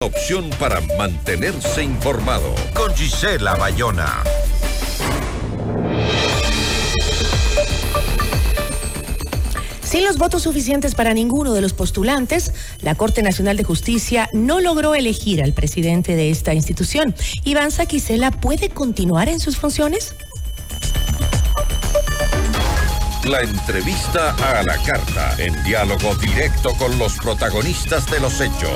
Opción para mantenerse informado. Con Gisela Bayona. Sin los votos suficientes para ninguno de los postulantes, la Corte Nacional de Justicia no logró elegir al presidente de esta institución. Iván Saquicela, ¿puede continuar en sus funciones? La entrevista a la carta, en diálogo directo con los protagonistas de los hechos.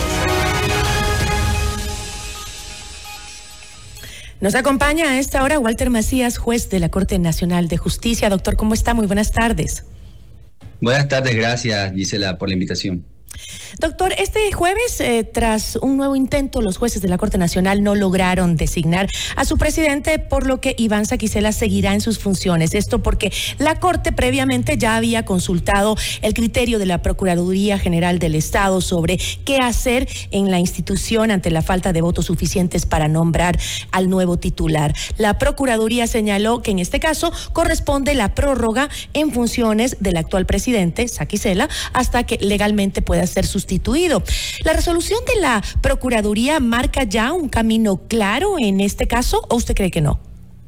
Nos acompaña a esta hora Walter Macías, juez de la Corte Nacional de Justicia. Doctor, ¿cómo está? Muy buenas tardes. Buenas tardes, gracias Gisela por la invitación. Doctor, este jueves, tras un nuevo intento, los jueces de la Corte Nacional no lograron designar a su presidente, por lo que Iván Saquicela seguirá en sus funciones. Esto porque la Corte previamente ya había consultado el criterio de la Procuraduría General del Estado sobre qué hacer en la institución ante la falta de votos suficientes para nombrar al nuevo titular. La Procuraduría señaló que en este caso corresponde la prórroga en funciones del actual presidente, Saquicela, hasta que legalmente pueda ser sustituido. ¿La resolución de la Procuraduría marca ya un camino claro en este caso o usted cree que no?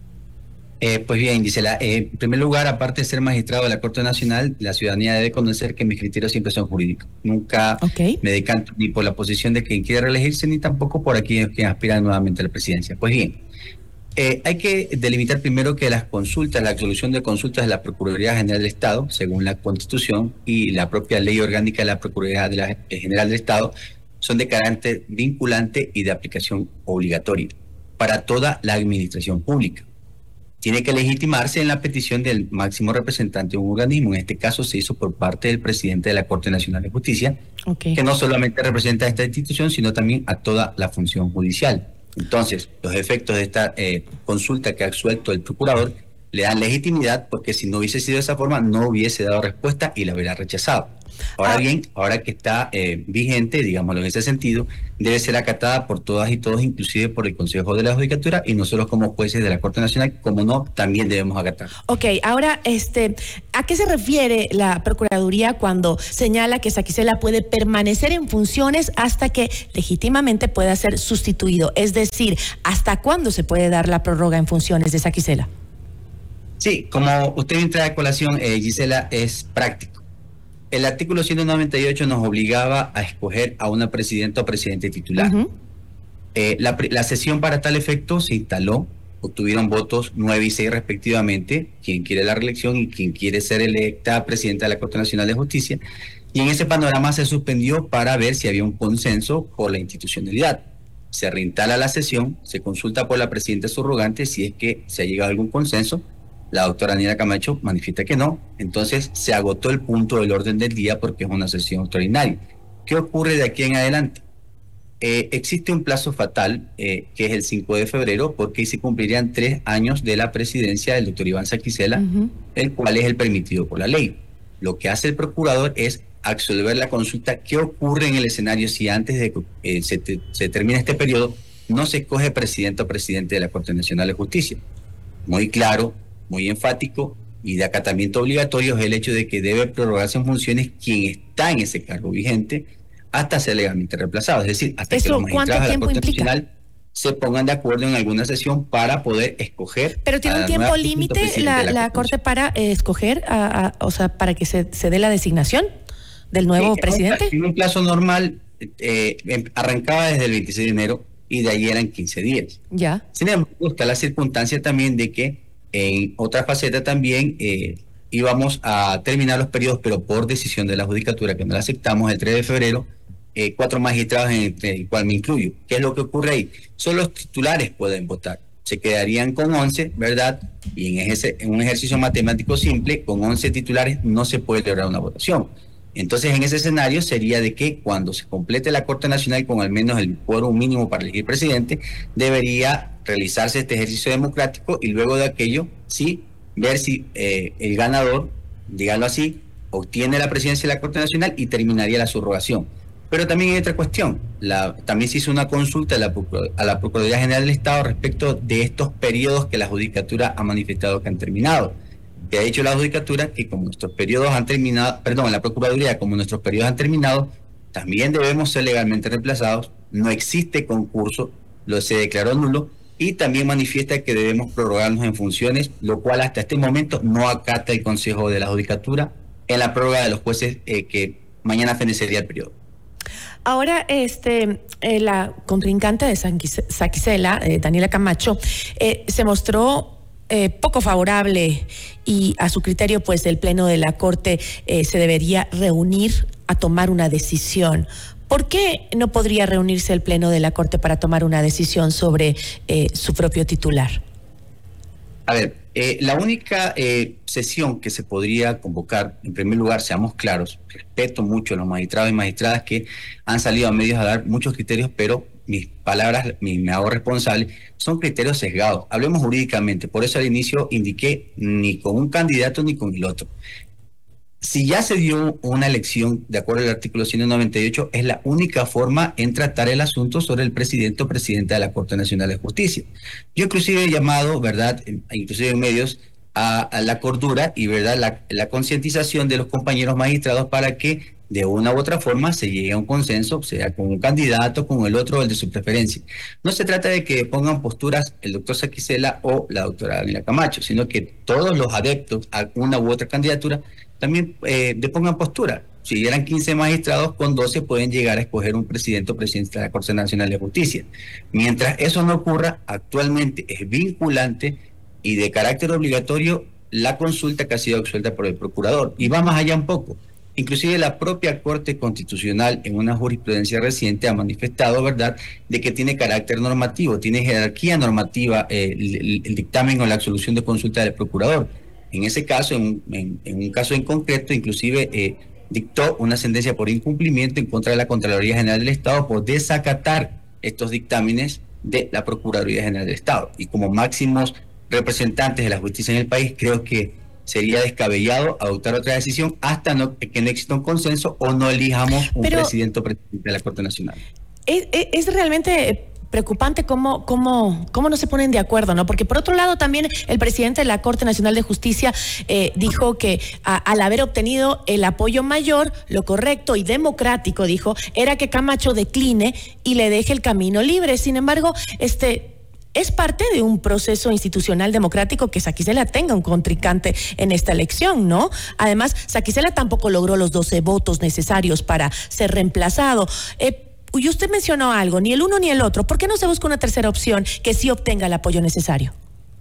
Pues bien, Gisela, en primer lugar, aparte de ser magistrado de la Corte Nacional, la ciudadanía debe conocer que mis criterios siempre son jurídicos. Nunca me decanto ni por la posición de quien quiere reelegirse, ni tampoco por aquellos que aspiran nuevamente a la presidencia. Pues bien, hay que delimitar primero que las consultas, la absolución de consultas de la Procuraduría General del Estado, según la Constitución y la propia Ley Orgánica de la Procuraduría General del Estado, son de carácter vinculante y de aplicación obligatoria para toda la administración pública. Tiene que legitimarse en la petición del máximo representante de un organismo. En este caso se hizo por parte del presidente de la Corte Nacional de Justicia, que no solamente representa a esta institución, sino también a toda la función judicial. Entonces, los efectos de esta consulta que ha absuelto el procurador le dan legitimidad, porque si no hubiese sido de esa forma, no hubiese dado respuesta y la hubiera rechazado. Ahora bien, ahora que está vigente, digámoslo en ese sentido, debe ser acatada por todas y todos, inclusive por el Consejo de la Judicatura, y nosotros como jueces de la Corte Nacional, como no, también debemos acatar. Ok, ahora, ¿a qué se refiere la Procuraduría cuando señala que Saquicela puede permanecer en funciones hasta que legítimamente pueda ser sustituido? Es decir, ¿hasta cuándo se puede dar la prórroga en funciones de Saquicela? Sí, como usted me trae a colación, Gisela, es práctico. El artículo 198 nos obligaba a escoger a una presidenta o presidente titular. La sesión para tal efecto se instaló, obtuvieron votos 9 y 6 respectivamente, quien quiere la reelección y quien quiere ser electa presidenta de la Corte Nacional de Justicia, y en ese panorama se suspendió para ver si había un consenso por la institucionalidad. Se reinstala la sesión, se consulta por la presidenta subrogante si es que se ha llegado a algún consenso. La doctora Aniela Camacho manifiesta que no, entonces se agotó el punto del orden del día porque es una sesión extraordinaria. ¿Qué ocurre de aquí en adelante? Existe un plazo fatal, que es el 5 de febrero, porque se cumplirían 3 años de la presidencia del doctor Iván Saquicela, el cual es el permitido por la ley. Lo que hace el procurador es absolver la consulta. ¿Qué ocurre en el escenario si antes de que se termine este periodo no se escoge presidente o presidente de la Corte Nacional de Justicia? Muy claro, muy enfático y de acatamiento obligatorio es el hecho de que debe prorrogarse en funciones quien está en ese cargo vigente hasta ser legalmente reemplazado. Es decir, hasta que los magistrados de la Corte Nacional se pongan de acuerdo en alguna sesión para poder escoger. ¿Pero tiene un tiempo límite la Corte para escoger, o sea, para que se dé la designación del nuevo presidente? En un plazo normal arrancaba desde el 26 de enero y de ahí eran 15 días. Ya. Sin embargo, está la circunstancia también de que en otra faceta también íbamos a terminar los periodos, pero por decisión de la Judicatura, que no la aceptamos el 3 de febrero, 4 magistrados en el cual me incluyo. ¿Qué es lo que ocurre ahí? Solo los titulares pueden votar. Se quedarían con 11, ¿verdad? Y en un ejercicio matemático simple, con 11 titulares no se puede lograr una votación. Entonces, en ese escenario sería de que cuando se complete la Corte Nacional con al menos el quórum mínimo para elegir presidente, debería realizarse este ejercicio democrático y luego de aquello, sí, ver si el ganador, díganlo así, obtiene la presidencia de la Corte Nacional y terminaría la subrogación. Pero también hay otra cuestión. También se hizo una consulta a la Procuraduría General del Estado respecto de estos periodos que la Judicatura ha manifestado que han terminado. Que ha dicho la Judicatura que como nuestros periodos han terminado, perdón, la Procuraduría, como nuestros periodos han terminado, también debemos ser legalmente reemplazados no existe concurso, se declaró nulo, y también manifiesta que debemos prorrogarnos en funciones, lo cual hasta este momento no acata el Consejo de la Judicatura en la prórroga de los jueces que mañana fenecería el periodo. Ahora, la contrincante de Saquicela, Daniela Camacho, se mostró poco favorable y a su criterio, pues el Pleno de la Corte se debería reunir a tomar una decisión. ¿Por qué no podría reunirse el Pleno de la Corte para tomar una decisión sobre su propio titular? A ver, la única sesión que se podría convocar, en primer lugar, seamos claros, respeto mucho a los magistrados y magistradas que han salido a medios a dar muchos criterios, pero mis palabras, me hago responsable, son criterios sesgados. Hablemos jurídicamente, por eso al inicio indiqué ni con un candidato ni con el otro. Si ya se dio una elección de acuerdo al artículo 198, es la única forma en tratar el asunto sobre el presidente o presidenta de la Corte Nacional de Justicia. Yo inclusive he llamado, ¿verdad?, inclusive en medios, a la cordura y, ¿verdad?, la concientización de los compañeros magistrados para que de una u otra forma se llegue a un consenso, sea con un candidato, con el otro, el de su preferencia. No se trata de que pongan posturas el doctor Saquicela o la doctora Daniela Camacho, sino que todos los adeptos a una u otra candidatura también depongan postura. Si eran 15 magistrados, con 12 pueden llegar a escoger un presidente o presidenta de la Corte Nacional de Justicia. Mientras eso no ocurra, actualmente es vinculante y de carácter obligatorio la consulta que ha sido absuelta por el procurador. Y va más allá un poco. Inclusive la propia Corte Constitucional, en una jurisprudencia reciente, ha manifestado, ¿verdad?, de que tiene carácter normativo, tiene jerarquía normativa el dictamen o la absolución de consulta del procurador. En ese caso, en un caso en concreto, inclusive dictó una sentencia por incumplimiento en contra de la Contraloría General del Estado por desacatar estos dictámenes de la Procuraduría General del Estado. Y como máximos representantes de la justicia en el país, creo que sería descabellado adoptar otra decisión hasta que no exista un consenso o no elijamos un presidente o presidente de la Corte Nacional. Es realmente preocupante cómo no se ponen de acuerdo, ¿no? Porque por otro lado también el presidente de la Corte Nacional de Justicia dijo que al haber obtenido el apoyo mayor, lo correcto y democrático, dijo, era que Camacho decline y le deje el camino libre. Sin embargo, es parte de un proceso institucional democrático que Saquicela tenga un contrincante en esta elección, ¿no? Además, Saquicela tampoco logró los 12 votos necesarios para ser reemplazado. Y usted mencionó algo, ni el uno ni el otro. ¿Por qué no se busca una tercera opción que sí obtenga el apoyo necesario?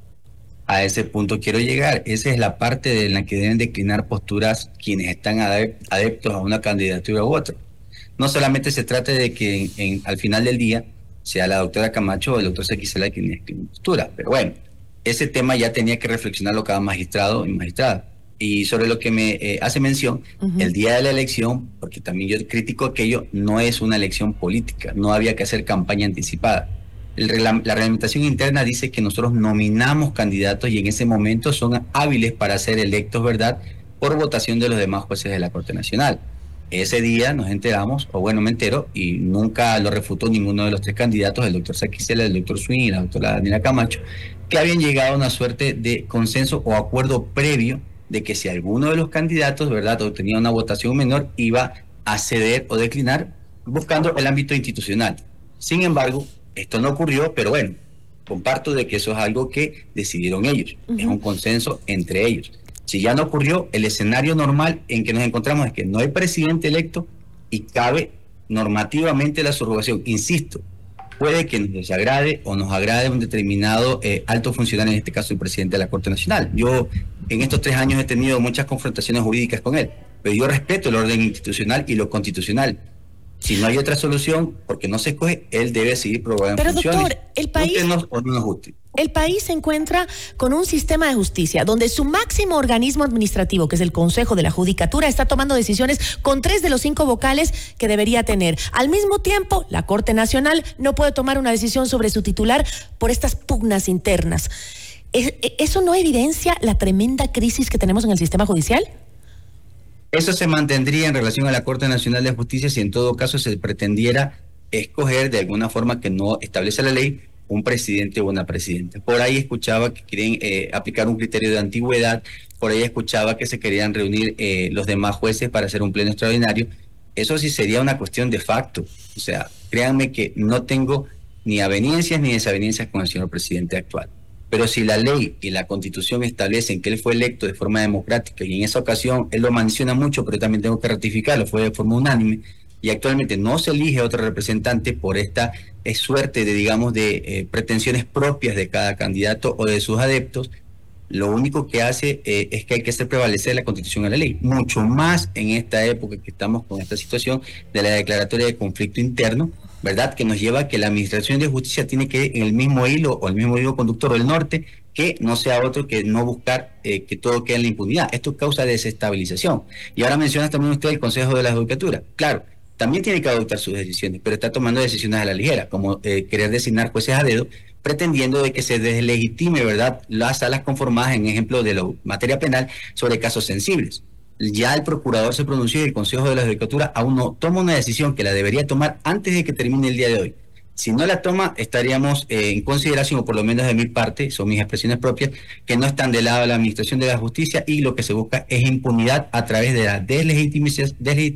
A ese punto quiero llegar. Esa es la parte en la que deben declinar posturas quienes están adeptos a una candidatura u otra. No solamente se trata de que al final del día sea la doctora Camacho o el doctor Saquicela quien decline postura, pero bueno, ese tema ya tenía que reflexionarlo cada magistrado y magistrada. Y sobre lo que me hace mención, el día de la elección, porque también yo critico aquello, no es una elección política, no había que hacer campaña anticipada. La reglamentación interna dice que nosotros nominamos candidatos y en ese momento son hábiles para ser electos, ¿verdad?, por votación de los demás jueces de la Corte Nacional. Ese día nos enteramos, o bueno, me entero, y nunca lo refutó ninguno de los tres candidatos, el doctor Saquicela, el doctor Swing y la doctora Daniela Camacho, que habían llegado a una suerte de consenso o acuerdo previo de que si alguno de los candidatos, ¿verdad?, obtenía una votación menor, iba a ceder o declinar buscando el ámbito institucional. Sin embargo, esto no ocurrió, pero bueno, comparto de que eso es algo que decidieron ellos. Es un consenso entre ellos. Si ya no ocurrió, el escenario normal en que nos encontramos es que no hay presidente electo y cabe normativamente la subrogación. Insisto, puede que nos desagrade o nos agrade un determinado alto funcionario, en este caso el presidente de la Corte Nacional. Yo en estos 3 años he tenido muchas confrontaciones jurídicas con él, pero yo respeto el orden institucional y lo constitucional. Si no hay otra solución, porque no se escoge, él debe seguir probando funciones. Pero doctor, el país se encuentra con un sistema de justicia donde su máximo organismo administrativo, que es el Consejo de la Judicatura, está tomando decisiones con 3 de los 5 vocales que debería tener. Al mismo tiempo, la Corte Nacional no puede tomar una decisión sobre su titular por estas pugnas internas. ¿Eso no evidencia la tremenda crisis que tenemos en el sistema judicial? Eso se mantendría en relación a la Corte Nacional de Justicia si en todo caso se pretendiera escoger de alguna forma que no establece la ley un presidente o una presidenta. Por ahí escuchaba que quieren aplicar un criterio de antigüedad, por ahí escuchaba que se querían reunir los demás jueces para hacer un pleno extraordinario. Eso sí sería una cuestión de facto. O sea, créanme que no tengo ni aveniencias ni desavenencias con el señor presidente actual. Pero si la ley y la Constitución establecen que él fue electo de forma democrática, y en esa ocasión él lo menciona mucho, pero también tengo que ratificarlo, fue de forma unánime, y actualmente no se elige otro representante por esta suerte de, digamos, de pretensiones propias de cada candidato o de sus adeptos, lo único que hace es que hay que hacer prevalecer la Constitución a la ley, mucho más en esta época que estamos con esta situación de la declaratoria de conflicto interno, ¿verdad? Que nos lleva a que la Administración de Justicia tiene que ir en el mismo hilo o el mismo hilo conductor del norte, que no sea otro que no buscar que todo quede en la impunidad. Esto causa desestabilización. Y ahora menciona también usted el Consejo de la Judicatura. Claro, también tiene que adoptar sus decisiones, pero está tomando decisiones a la ligera, como querer designar jueces a dedo, pretendiendo de que se deslegitime, ¿verdad?, las salas conformadas, en ejemplo de la materia penal, sobre casos sensibles. Ya el procurador se pronunció y el Consejo de la Judicatura aún no toma una decisión que la debería tomar antes de que termine el día de hoy. Si no la toma, estaríamos en consideración, o por lo menos de mi parte, son mis expresiones propias, que no están del lado de la Administración de la Justicia, y lo que se busca es impunidad a través de la deslegitimización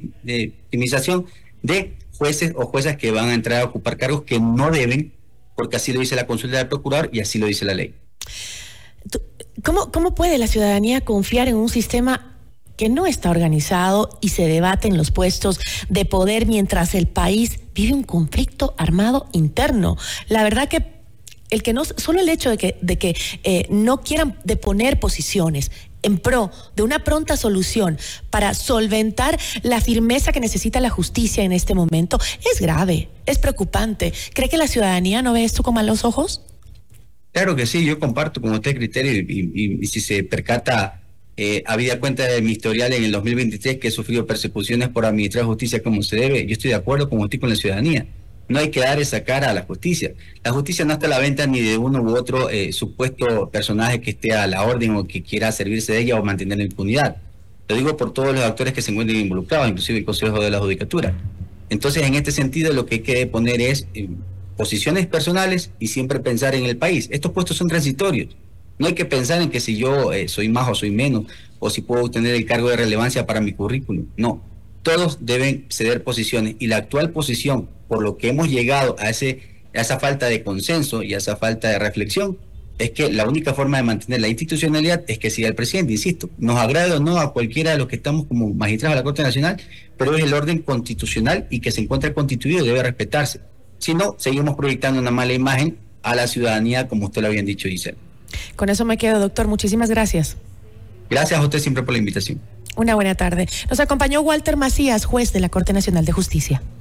de jueces o juezas que van a entrar a ocupar cargos que no deben, porque así lo dice la consulta del procurador y así lo dice la ley. ¿Cómo puede la ciudadanía confiar en un sistema que no está organizado y se debate en los puestos de poder mientras el país vive un conflicto armado interno? La verdad que solo el hecho de que no quieran deponer posiciones en pro de una pronta solución para solventar la firmeza que necesita la justicia en este momento es grave, es preocupante. ¿Cree que la ciudadanía no ve esto con malos ojos? Claro que sí, yo comparto con usted criterio y si se percata, habida cuenta de mi historial en el 2023, que he sufrido persecuciones por administrar justicia como se debe, yo estoy de acuerdo con usted, con la ciudadanía. No hay que dar esa cara a la justicia. La justicia no está a la venta ni de uno u otro supuesto personaje que esté a la orden o que quiera servirse de ella o mantener la impunidad. Lo digo por todos los actores que se encuentran involucrados, inclusive el Consejo de la Judicatura. Entonces, en este sentido, lo que hay que poner es posiciones personales y siempre pensar en el país. Estos puestos son transitorios. No hay que pensar en que si yo soy más o soy menos, o si puedo obtener el cargo de relevancia para mi currículum. No. Todos deben ceder posiciones, y la actual posición, por lo que hemos llegado a esa falta de consenso y a esa falta de reflexión, es que la única forma de mantener la institucionalidad es que siga el presidente, insisto, nos agrade o no a cualquiera de los que estamos como magistrados de la Corte Nacional, pero es el orden constitucional y que se encuentra constituido debe respetarse. Si no, seguimos proyectando una mala imagen a la ciudadanía, como usted lo habían dicho, Gisela. Con eso me quedo, doctor. Muchísimas gracias. Gracias a usted siempre por la invitación. Una buena tarde. Nos acompañó Walter Macías, juez de la Corte Nacional de Justicia.